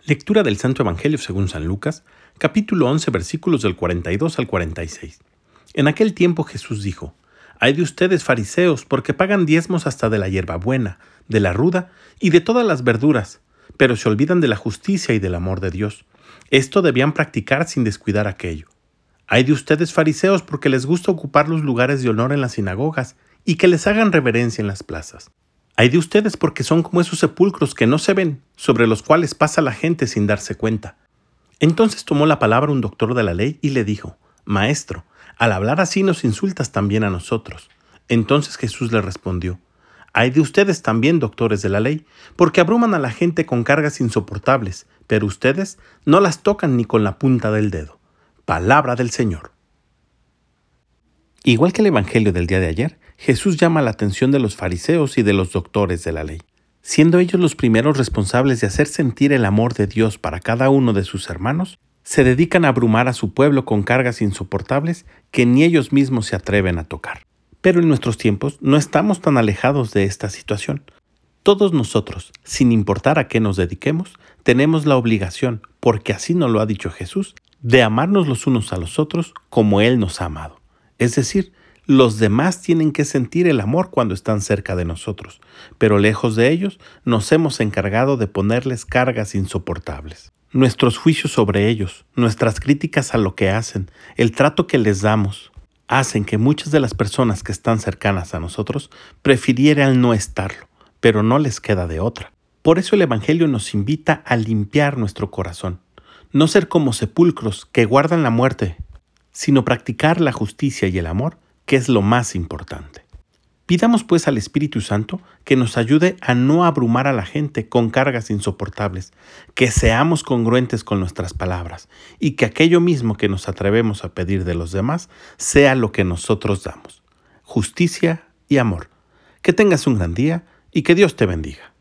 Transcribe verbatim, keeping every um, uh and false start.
Lectura del Santo Evangelio según San Lucas, capítulo once, versículos del cuarenta y dos al cuarenta y seis. En aquel tiempo Jesús dijo: «Ay de ustedes, fariseos, porque pagan diezmos hasta de la hierbabuena, de la ruda y de todas las verduras, pero se olvidan de la justicia y del amor de Dios. Esto debían practicar sin descuidar aquello. Ay de ustedes, fariseos, porque les gusta ocupar los lugares de honor en las sinagogas y que les hagan reverencia en las plazas. Ay de ustedes porque son como esos sepulcros que no se ven, sobre los cuales pasa la gente sin darse cuenta». Entonces tomó la palabra un doctor de la ley y le dijo: «Maestro, al hablar así nos insultas también a nosotros». Entonces Jesús le respondió: «Ay de ustedes también, doctores de la ley, porque abruman a la gente con cargas insoportables, pero ustedes no las tocan ni con la punta del dedo». Palabra del Señor. Igual que el Evangelio del día de ayer, Jesús llama la atención de los fariseos y de los doctores de la ley. Siendo ellos los primeros responsables de hacer sentir el amor de Dios para cada uno de sus hermanos, se dedican a abrumar a su pueblo con cargas insoportables que ni ellos mismos se atreven a tocar. Pero en nuestros tiempos no estamos tan alejados de esta situación. Todos nosotros, sin importar a qué nos dediquemos, tenemos la obligación, porque así nos lo ha dicho Jesús, de amarnos los unos a los otros como Él nos ha amado. Es decir, los demás tienen que sentir el amor cuando están cerca de nosotros, pero lejos de ellos nos hemos encargado de ponerles cargas insoportables. Nuestros juicios sobre ellos, nuestras críticas a lo que hacen, el trato que les damos, hacen que muchas de las personas que están cercanas a nosotros prefirieran no estarlo, pero no les queda de otra. Por eso el Evangelio nos invita a limpiar nuestro corazón, no ser como sepulcros que guardan la muerte, sino practicar la justicia y el amor, que es lo más importante. Pidamos pues al Espíritu Santo que nos ayude a no abrumar a la gente con cargas insoportables, que seamos congruentes con nuestras palabras y que aquello mismo que nos atrevemos a pedir de los demás sea lo que nosotros damos. Justicia y amor. Que tengas un gran día y que Dios te bendiga.